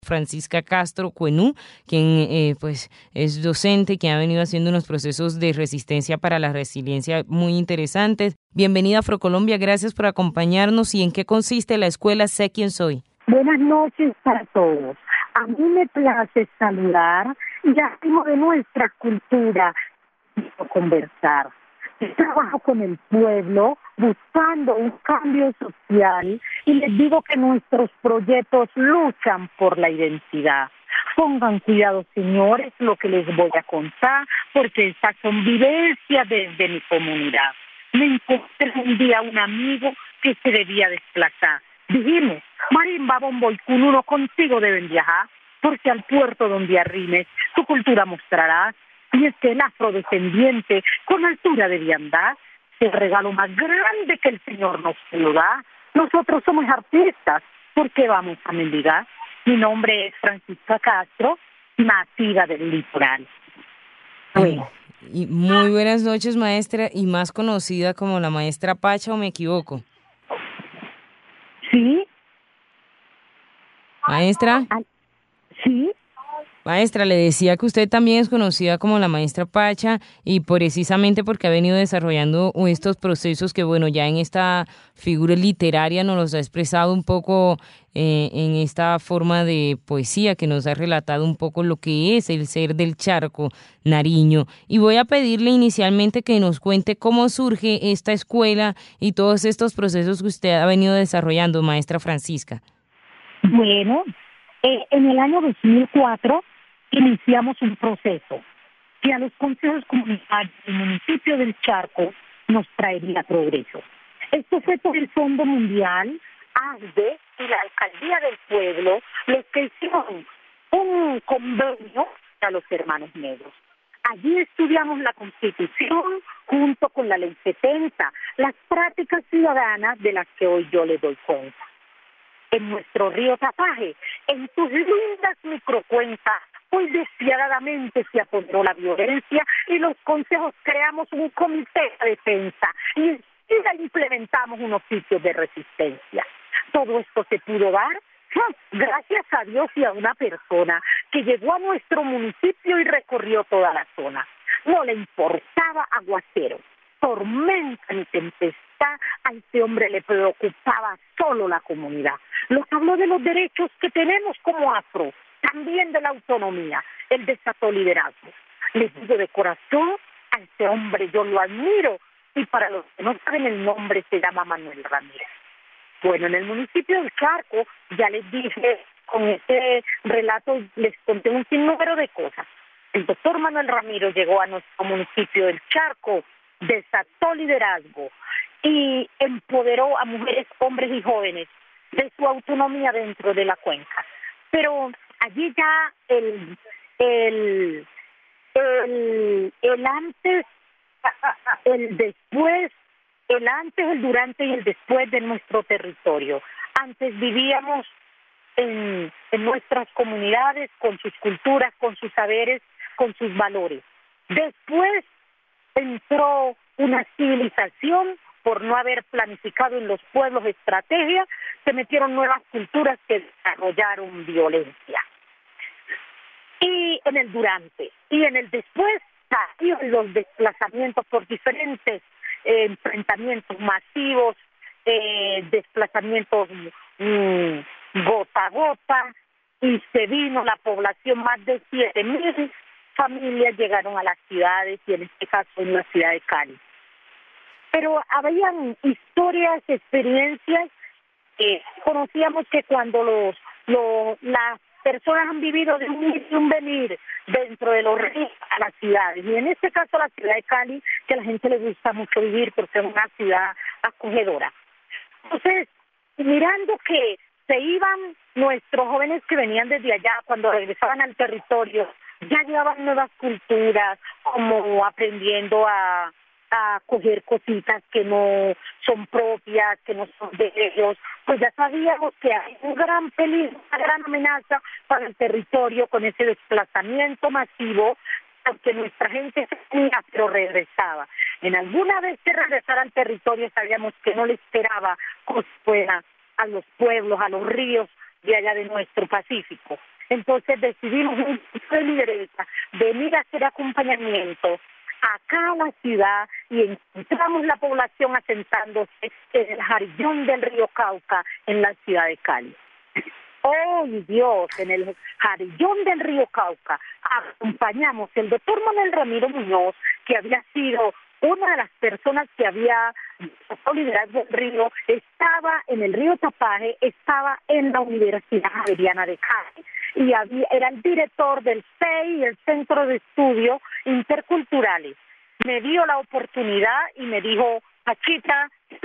Francisca Castro Cuenú, quien pues es docente, que ha venido haciendo unos procesos de resistencia para la resiliencia muy interesantes. Bienvenida a Afrocolombia, gracias por acompañarnos. ¿Y en qué consiste la escuela Sé Quién Soy? Buenas noches para todos. A mí me place saludar y hacemos de nuestra cultura conversar. Yo trabajo con el pueblo buscando un cambio social y les digo que nuestros proyectos luchan por la identidad. Pongan cuidado, señores, lo que les voy a contar, porque estas son vivencias desde mi comunidad. Me encontré un día un amigo que se debía desplazar. Dijimos, marimba, bombo y cununo, contigo deben viajar, porque al puerto donde arrimes, tu cultura mostrarás. Y es que el afrodescendiente con altura debía andar, el regalo más grande que el Señor nos da. Nosotros somos artistas, ¿por qué vamos a mendigar? Mi nombre es Francisca Castro, nativa del litoral. Bueno. Y muy buenas noches, maestra, y más conocida como la maestra Pacha, ¿o me equivoco? ¿Sí? ¿Maestra? ¿Sí? Maestra, le decía que usted también es conocida como la maestra Pacha y precisamente porque ha venido desarrollando estos procesos que, bueno, ya en esta figura literaria nos los ha expresado un poco en esta forma de poesía que nos ha relatado un poco lo que es el ser del charco Nariño. Y voy a pedirle inicialmente que nos cuente cómo surge esta escuela y todos estos procesos que usted ha venido desarrollando, maestra Francisca. Bueno, en el año 2004 iniciamos un proceso que a los consejos comunitarios del municipio del Charco nos traería progreso. Esto fue por el Fondo Mundial, ASDE y la Alcaldía del Pueblo los que hicieron un convenio a los hermanos negros. Allí estudiamos la Constitución junto con la Ley 70, las prácticas ciudadanas de las que hoy yo les doy cuenta. En nuestro río Tapaje, en sus lindas microcuentas, hoy despiadadamente se apoderó la violencia y los consejos creamos un comité de defensa y implementamos unos sitios de resistencia. Todo esto se pudo dar gracias a Dios y a una persona que llegó a nuestro municipio y recorrió toda la zona. No le importaba aguacero, tormenta ni tempestad, a este hombre le preocupaba solo la comunidad. Nos habló de los derechos que tenemos como afro, también de la autonomía. Él desató liderazgo. Les digo de corazón, a este hombre yo lo admiro, y para los que no saben el nombre se llama Manuel Ramírez. Bueno, en el municipio del Charco, ya les dije, con este relato les conté un sinnúmero de cosas. El doctor Manuel Ramírez llegó a nuestro municipio del Charco, desató liderazgo y empoderó a mujeres, hombres y jóvenes de su autonomía dentro de la cuenca. Pero allí ya el antes, el después, el antes, el durante y el después de nuestro territorio. Antes vivíamos en nuestras comunidades, con sus culturas, con sus saberes, con sus valores. Después entró una civilización por no haber planificado en los pueblos estrategias, se metieron nuevas culturas que desarrollaron violencia. Y en el durante y en el después salieron los desplazamientos por diferentes enfrentamientos masivos, desplazamientos gota a gota, y se vino la población, más de 7,000 familias llegaron a las ciudades y en este caso en la ciudad de Cali. Pero habían historias, experiencias, conocíamos que cuando las personas han vivido de un venir dentro de los ríos a las ciudades, y en este caso la ciudad de Cali, que a la gente le gusta mucho vivir porque es una ciudad acogedora. Entonces, mirando que se iban nuestros jóvenes que venían desde allá, cuando regresaban al territorio, ya llevaban nuevas culturas, como aprendiendo a coger cositas que no son propias, que no son de ellos, pues ya sabíamos que hay un gran peligro, una gran amenaza para el territorio con ese desplazamiento masivo, aunque nuestra gente se venía, pero regresaba. En alguna vez que regresara al territorio sabíamos que no le esperaba cosa fuera a los pueblos, a los ríos de allá de nuestro Pacífico. Entonces decidimos un grupo de lideresa venir a hacer acompañamiento acá a la ciudad y encontramos la población asentándose en el Jarillón del río Cauca en la ciudad de Cali. ¡Oh, Dios! En el Jarillón del río Cauca acompañamos el doctor Manuel Ramiro Muñoz, que había sido una de las personas que había liderado el río, estaba en el río Tapaje, estaba en la Universidad Javeriana de Cali y era el director del CEI, el Centro de Estudios Interculturales. Me dio la oportunidad y me dijo, Pachita,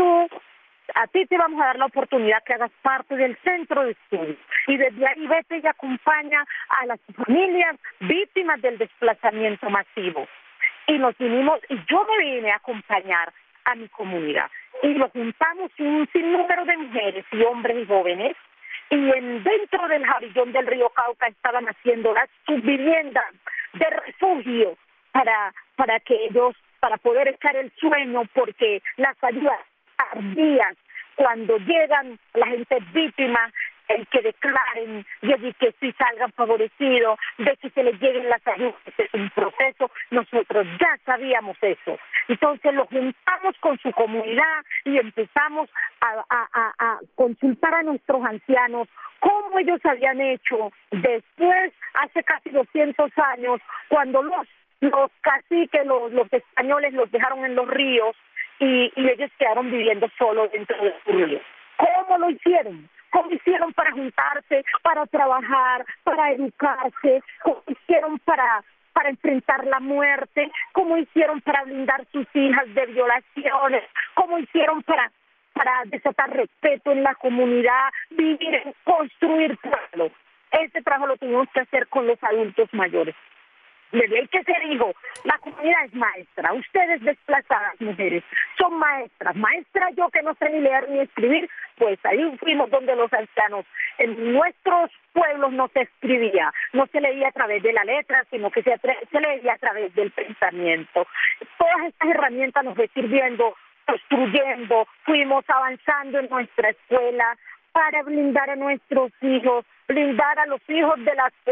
a ti te vamos a dar la oportunidad que hagas parte del centro de estudios. Y desde ahí vete y acompaña a las familias víctimas del desplazamiento masivo. Y nos vinimos, y yo me vine a acompañar a mi comunidad. Y lo juntamos un sinnúmero de mujeres y hombres y jóvenes. Y dentro del Jarillón del río Cauca estaban haciendo las subviviendas de refugio para que ellos, para poder echar el sueño, porque las ayudas tardías, cuando llegan la gente víctima, el que declaren, y que sí salgan favorecidos, de que se les lleguen las ayudas, es un proceso, nosotros ya sabíamos eso. Entonces lo juntamos con su comunidad y empezamos a consultar a nuestros ancianos cómo ellos habían hecho después, hace casi 200 años, cuando los caciques, los españoles los dejaron en los ríos y ellos quedaron viviendo solos dentro del río. ¿Cómo lo hicieron? ¿Cómo hicieron para juntarse, para trabajar, para educarse? ¿Cómo hicieron para enfrentar la muerte? ¿Cómo hicieron para blindar sus hijas de violaciones? ¿Cómo hicieron para desatar respeto en la comunidad, vivir, construir pueblos? Ese trabajo lo tuvimos que hacer con los adultos mayores. Desde ahí que se dijo, la comunidad es maestra, ustedes desplazadas mujeres son maestras, maestra yo que no sé ni leer ni escribir, pues ahí fuimos donde los ancianos. En nuestros pueblos no se escribía, no se leía a través de la letra, sino que se leía a través del pensamiento. Todas estas herramientas nos fue sirviendo, construyendo, fuimos avanzando en nuestra escuela para blindar a nuestros hijos, blindar a los hijos de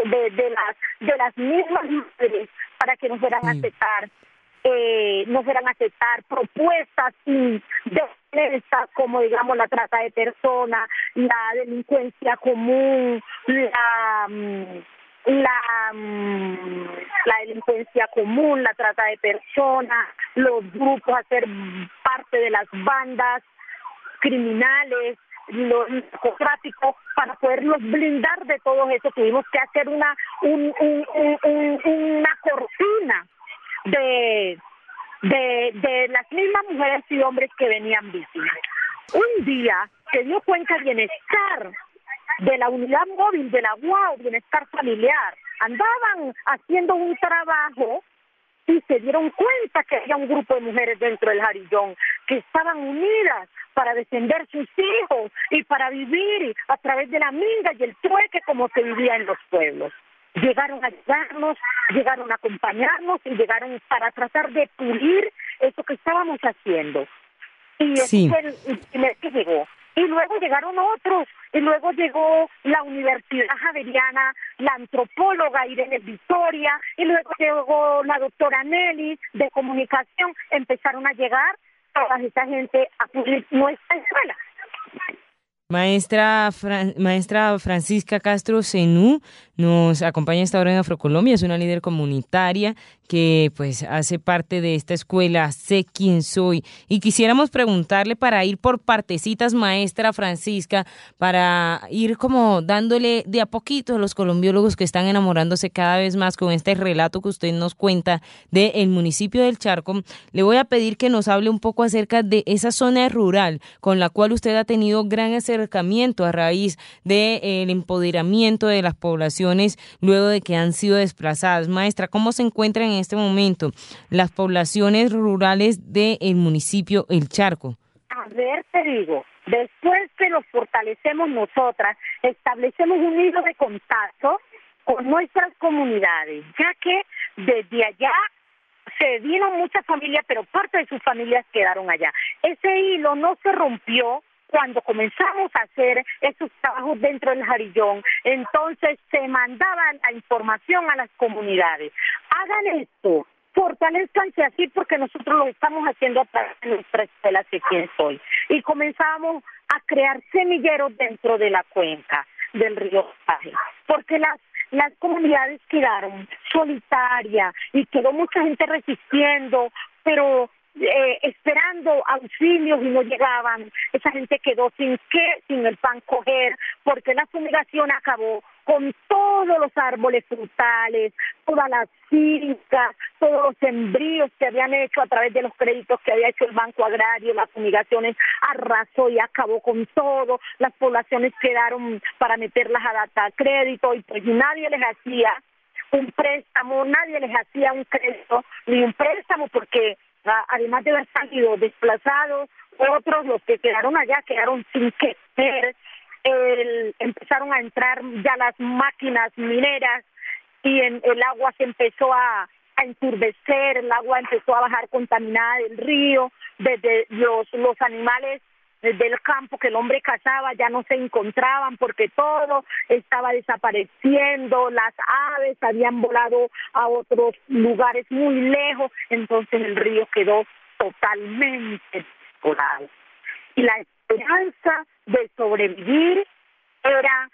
las mismas mujeres para que nos fueran a aceptar, propuestas de estas como digamos la trata de personas, la delincuencia común, la delincuencia común, la trata de personas, los grupos, hacer parte de las bandas criminales, los narcotráficos. Para poderlos blindar de todo eso tuvimos que hacer una cortina de las mismas mujeres y hombres que venían víctimas. Un día se dio cuenta Bienestar de la unidad móvil de la UAO, Bienestar Familiar, andaban haciendo un trabajo y se dieron cuenta que había un grupo de mujeres dentro del Jarillón que estaban unidas para defender sus hijos y para vivir a través de la minga y el trueque como se vivía en los pueblos. Llegaron a ayudarnos, llegaron a acompañarnos y llegaron para tratar de pulir eso que estábamos haciendo. Y sí. ese es el primer que llegó. Y luego llegaron otros, y luego llegó la Universidad Javeriana, la antropóloga Irene Victoria, y luego llegó la doctora Nelly de comunicación. Empezaron a llegar toda esta gente a pulir nuestra escuela. Maestra Francisca Castro Zenú nos acompaña esta hora en Afrocolombia, es una líder comunitaria que pues hace parte de esta escuela Sé Quién Soy, y quisiéramos preguntarle para ir por partecitas, maestra Francisca, para ir como dándole de a poquito a los colombiólogos que están enamorándose cada vez más con este relato que usted nos cuenta del municipio del Charco. Le voy a pedir que nos hable un poco acerca de esa zona rural con la cual usted ha tenido gran acercamiento a raíz del empoderamiento de las poblaciones luego de que han sido desplazadas. Maestra, ¿cómo se encuentran en este momento las poblaciones rurales del municipio El Charco? A ver, te digo, después que los fortalecemos nosotras, establecemos un hilo de contacto con nuestras comunidades, ya que desde allá se vino muchas familias, pero parte de sus familias quedaron allá. Ese hilo no se rompió cuando comenzamos a hacer esos trabajos dentro del Jarillón, entonces se mandaba la información a las comunidades. Hagan esto, fortalezcanse así porque nosotros lo estamos haciendo a través de nuestra escuela Sé Quién Soy. Y comenzamos a crear semilleros dentro de la cuenca del río Paje, porque las comunidades quedaron solitarias y quedó mucha gente resistiendo, pero esperando auxilios y no llegaban. Esa gente quedó sin el pan coger, porque la fumigación acabó con todos los árboles frutales, todas las fincas, todos los sembríos que habían hecho a través de los créditos que había hecho el Banco Agrario. Las fumigaciones arrasó y acabó con todo. Las poblaciones quedaron para meterlas a data crédito y pues nadie les hacía un préstamo, nadie les hacía un crédito ni un préstamo porque además de haber salido desplazados, otros, los que quedaron allá, quedaron sin qué hacer. Empezaron a entrar ya las máquinas mineras y el agua se empezó a enturbecer, el agua empezó a bajar contaminada del río, desde los animales del campo que el hombre cazaba ya no se encontraban porque todo estaba desapareciendo, las aves habían volado a otros lugares muy lejos, entonces el río quedó totalmente despoblado. Y la esperanza de sobrevivir era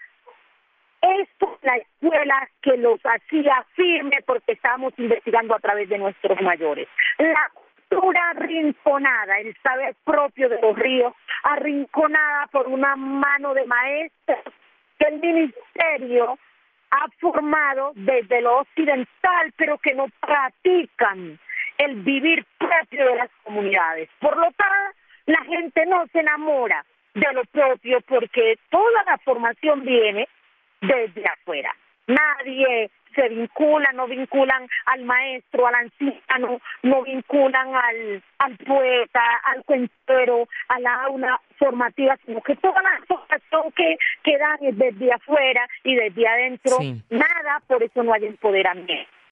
esto, la escuela que los hacía firme porque estábamos investigando a través de nuestros mayores. La cultura arrinconada, el saber propio de los ríos, arrinconada por una mano de maestros que el ministerio ha formado desde lo occidental, pero que no practican el vivir propio de las comunidades. Por lo tanto, la gente no se enamora de lo propio porque toda la formación viene desde afuera. Nadie se vincula, no vinculan al maestro, al anciano, no vinculan al poeta, al cuentero, a la aula formativa, sino que toda la formación que dan es desde afuera y desde adentro, Sí. nada, por eso no hay empoderamiento.